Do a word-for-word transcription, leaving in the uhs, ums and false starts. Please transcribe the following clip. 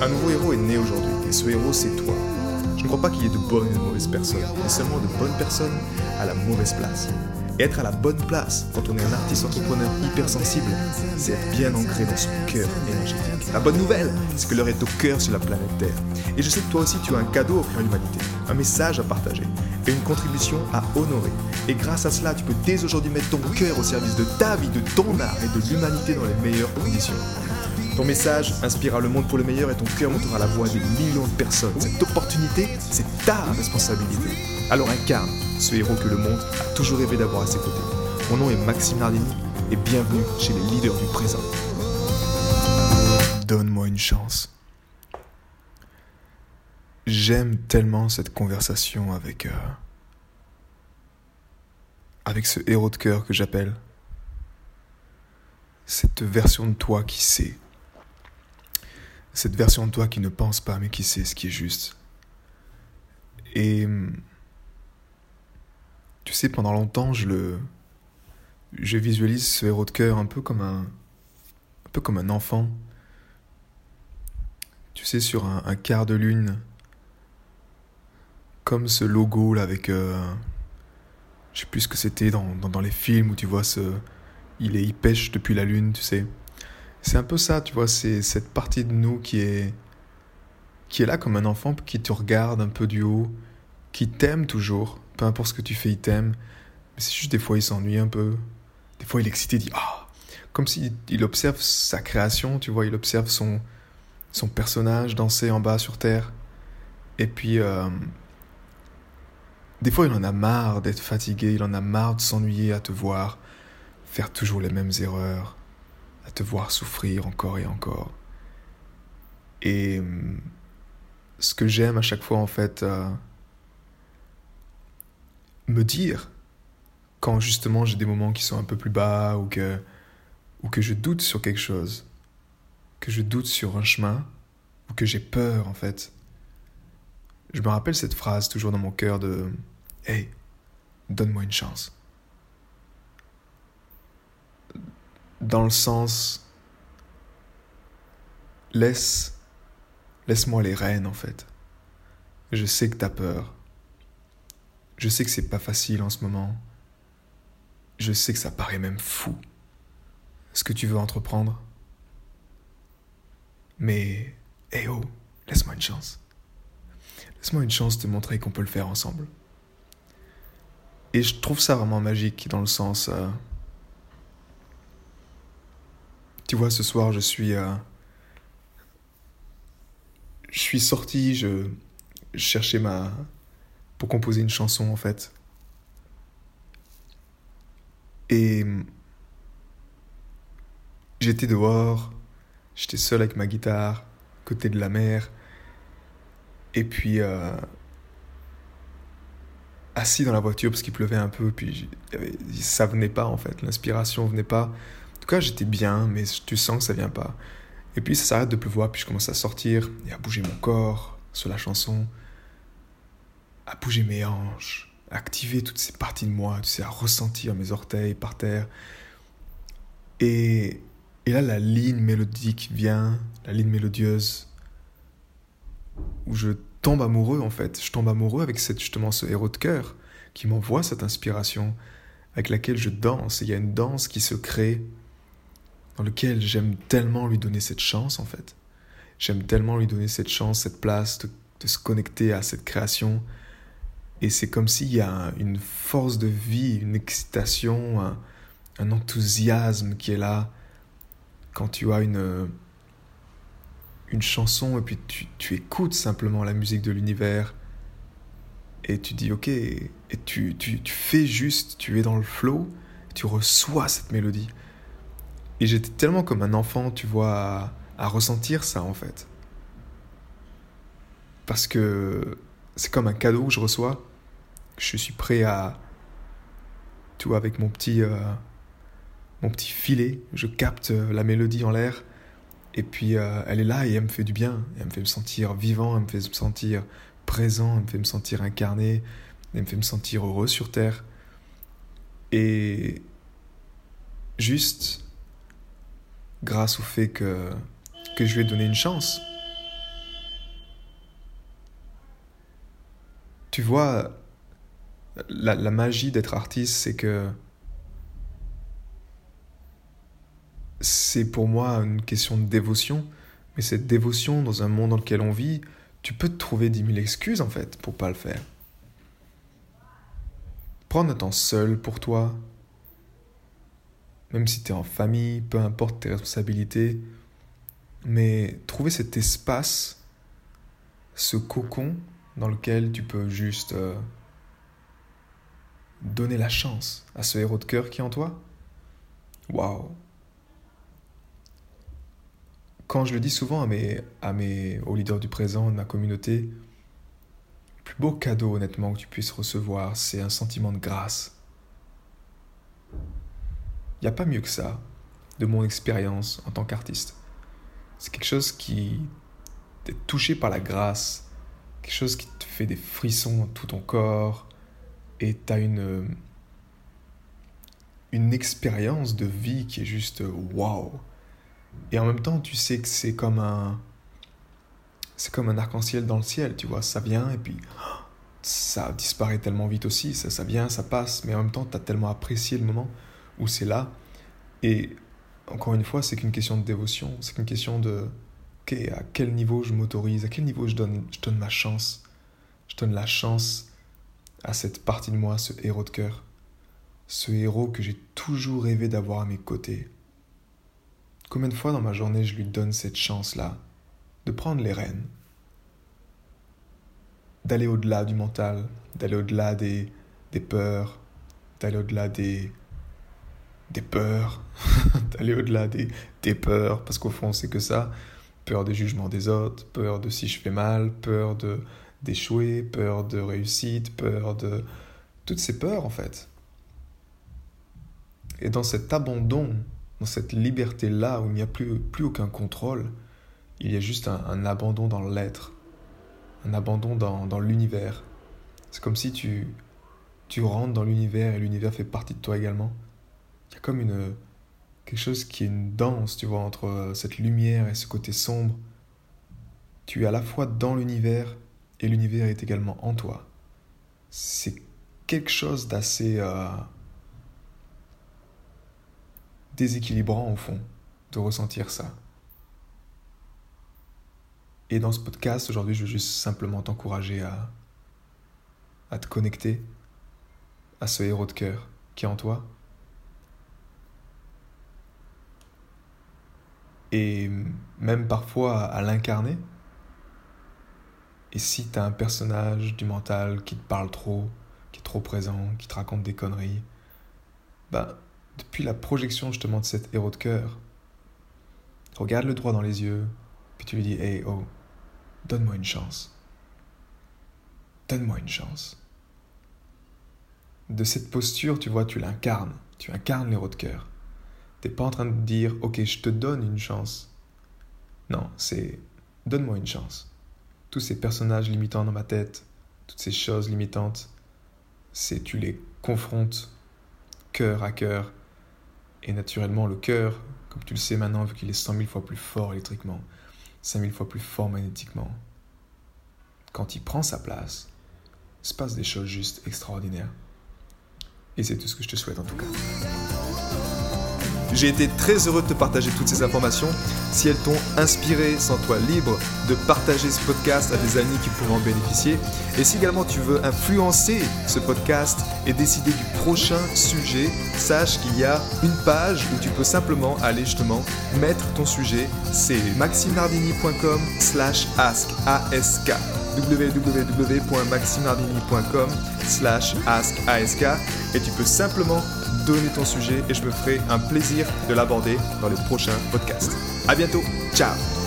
Un nouveau héros est né aujourd'hui, et ce héros, c'est toi. Je ne crois pas qu'il y ait de bonnes et de mauvaises personnes, mais seulement de bonnes personnes à la mauvaise place. Et être à la bonne place, quand on est un artiste entrepreneur hypersensible, c'est être bien ancré dans son cœur énergétique. La bonne nouvelle, c'est que l'heure est au cœur sur la planète Terre. Et je sais que toi aussi, tu as un cadeau à offrir à l'humanité, un message à partager, et une contribution à honorer. Et grâce à cela, tu peux dès aujourd'hui mettre ton cœur au service de ta vie, de ton art et de l'humanité dans les meilleures conditions. Ton message inspirera le monde pour le meilleur et ton cœur montera la voix des millions de personnes. Cette opportunité, c'est ta responsabilité. Alors incarne ce héros que le monde a toujours rêvé d'avoir à ses côtés. Mon nom est Maxime Nardini et bienvenue chez les leaders du présent. Donne-moi une chance. J'aime tellement cette conversation avec, euh, avec ce héros de cœur que j'appelle. Cette version de toi qui sait. Cette version de toi qui ne pense pas mais qui sait ce qui est juste. Et tu sais, pendant longtemps, je le, je visualise ce héros de cœur un peu comme un, un peu comme un enfant. Tu sais, sur un, un quart de lune, comme ce logo là avec, euh, je sais plus ce que c'était dans, dans, dans les films où tu vois ce, il est, il pêche depuis la lune, tu sais. C'est un peu ça, tu vois, c'est cette partie de nous qui est, qui est là comme un enfant, qui te regarde un peu du haut, qui t'aime toujours, peu importe ce que tu fais, il t'aime. Mais c'est juste des fois, il s'ennuie un peu. Des fois, il est excité, il dit « Ah !» Comme s'il il observe sa création, tu vois, il observe son, son personnage danser en bas sur Terre. Et puis, euh, des fois, il en a marre d'être fatigué, il en a marre de s'ennuyer à te voir faire toujours les mêmes erreurs, à te voir souffrir encore et encore. Et euh, ce que j'aime à chaque fois, en fait, euh, me dire, quand justement j'ai des moments qui sont un peu plus bas, ou que, ou que je doute sur quelque chose, que je doute sur un chemin, ou que j'ai peur, en fait. Je me rappelle cette phrase toujours dans mon cœur de « Hey, donne-moi une chance ». Dans le sens, laisse, laisse-moi les rênes en fait. Je sais que t'as peur. Je sais que c'est pas facile en ce moment. Je sais que ça paraît même fou, ce que tu veux entreprendre. Mais, eh oh, laisse-moi une chance. Laisse-moi une chance de te montrer qu'on peut le faire ensemble. Et je trouve ça vraiment magique dans le sens... Euh, Tu vois, ce soir, je suis, euh, je suis sorti, je, je cherchais ma, pour composer une chanson, en fait. Et j'étais dehors, j'étais seul avec ma guitare, côté de la mer. Et puis, euh, assis dans la voiture, parce qu'il pleuvait un peu, puis ça venait pas, en fait, l'inspiration venait pas. En tout cas, j'étais bien, mais tu sens que ça vient pas. Et puis, ça s'arrête de pleuvoir, puis je commence à sortir et à bouger mon corps sur la chanson, à bouger mes hanches, à activer toutes ces parties de moi, tu sais, à ressentir mes orteils par terre. Et, et là, la ligne mélodique vient, la ligne mélodieuse, où je tombe amoureux, en fait. Je tombe amoureux avec cette, justement ce héros de cœur qui m'envoie cette inspiration, avec laquelle je danse. Et il y a une danse qui se crée, dans lequel j'aime tellement lui donner cette chance, en fait. J'aime tellement lui donner cette chance, cette place de, de se connecter à cette création. Et c'est comme s'il y a une force de vie, une excitation, un, un enthousiasme qui est là quand tu as une, une chanson et puis tu, tu écoutes simplement la musique de l'univers et tu dis ok, et tu, tu, tu fais juste, tu es dans le flow, tu reçois cette mélodie. Et j'étais tellement comme un enfant, tu vois, à, à ressentir ça, en fait. Parce que c'est comme un cadeau que je reçois. Je suis prêt à... Tu vois, avec mon petit, euh, mon petit filet, je capte la mélodie en l'air. Et puis, euh, elle est là et elle me fait du bien. Elle me fait me sentir vivant, elle me fait me sentir présent, elle me fait me sentir incarné, elle me fait me sentir heureux sur Terre. Et juste... grâce au fait que, que je lui ai donné une chance, Tu vois, la, la magie d'être artiste, c'est que c'est pour moi une question de dévotion. Mais cette dévotion, dans un monde dans lequel on vit, tu peux te trouver dix mille excuses en fait pour pas le faire. Prendre un temps seul pour toi, même si tu es en famille, peu importe tes responsabilités, mais trouver cet espace, ce cocon dans lequel tu peux juste euh, donner la chance à ce héros de cœur qui est en toi. Waouh! Quand je le dis souvent à mes, à mes, aux leaders du présent, de ma communauté, le plus beau cadeau honnêtement que tu puisses recevoir, c'est un sentiment de grâce. Il n'y a pas mieux que ça, de mon expérience en tant qu'artiste. C'est quelque chose qui t'est touché par la grâce, quelque chose qui te fait des frissons dans tout ton corps, et tu as une, une expérience de vie qui est juste waouh. Et en même temps, tu sais que c'est comme un, c'est comme un arc-en-ciel dans le ciel, tu vois, ça vient et puis ça disparaît tellement vite aussi, ça, ça vient, ça passe, mais en même temps, tu as tellement apprécié le moment où c'est là. Et encore une fois, c'est qu'une question de dévotion, c'est qu'une question de, ok, à quel niveau je m'autorise, à quel niveau je donne, je donne ma chance, je donne la chance à cette partie de moi, ce héros de cœur, ce héros que j'ai toujours rêvé d'avoir à mes côtés. Combien de fois dans ma journée je lui donne cette chance-là de prendre les rênes, d'aller au-delà du mental, d'aller au-delà des, des peurs, d'aller au-delà des, des peurs, d'aller au-delà des, des peurs, parce qu'au fond c'est que ça, peur des jugements des autres, peur de si je fais mal, peur de, d'échouer, peur de réussite, peur de... toutes ces peurs en fait. Et dans cet abandon, dans cette liberté-là où il n'y a plus, plus aucun contrôle, il y a juste un, un abandon dans l'être, un abandon dans, dans l'univers. C'est comme si tu, tu rentres dans l'univers et l'univers fait partie de toi également. Il y a comme une, quelque chose qui est une danse, tu vois, entre cette lumière et ce côté sombre. Tu es à la fois dans l'univers et l'univers est également en toi. C'est quelque chose d'assez... Euh, déséquilibrant au fond de ressentir ça. Et dans ce podcast aujourd'hui, je veux juste simplement t'encourager à, à te connecter à ce héros de cœur qui est en toi et même parfois à l'incarner. Et si tu as un personnage du mental qui te parle trop, qui est trop présent, qui te raconte des conneries, bah depuis la projection justement de cet héros de cœur, regarde-le droit dans les yeux, puis tu lui dis « Hey, oh, donne-moi une chance. Donne-moi une chance. » De cette posture, tu vois, tu l'incarnes. Tu incarnes l'héros de cœur. Tu n'es pas en train de dire « Ok, je te donne une chance. » Non, c'est « Donne-moi une chance. » Tous ces personnages limitants dans ma tête, toutes ces choses limitantes, c'est tu les confrontes cœur à cœur. Et naturellement, le cœur, comme tu le sais maintenant, vu qu'il est cent mille fois plus fort électriquement, cinq mille fois plus fort magnétiquement, quand il prend sa place, il se passe des choses juste extraordinaires. Et c'est tout ce que je te souhaite en tout cas. J'ai été très heureux de te partager toutes ces informations. Si elles t'ont inspiré, sens-toi libre de partager ce podcast à des amis qui pourraient en bénéficier. Et si également tu veux influencer ce podcast et décider du prochain sujet, sache qu'il y a une page où tu peux simplement aller justement mettre ton sujet. C'est maximenardini.com slash ask, A-S-K. w w w point maximenardini point com slash ask, A-S-K. Et tu peux simplement donner ton sujet et je me ferai un plaisir de l'aborder dans les prochains podcasts. À bientôt, ciao!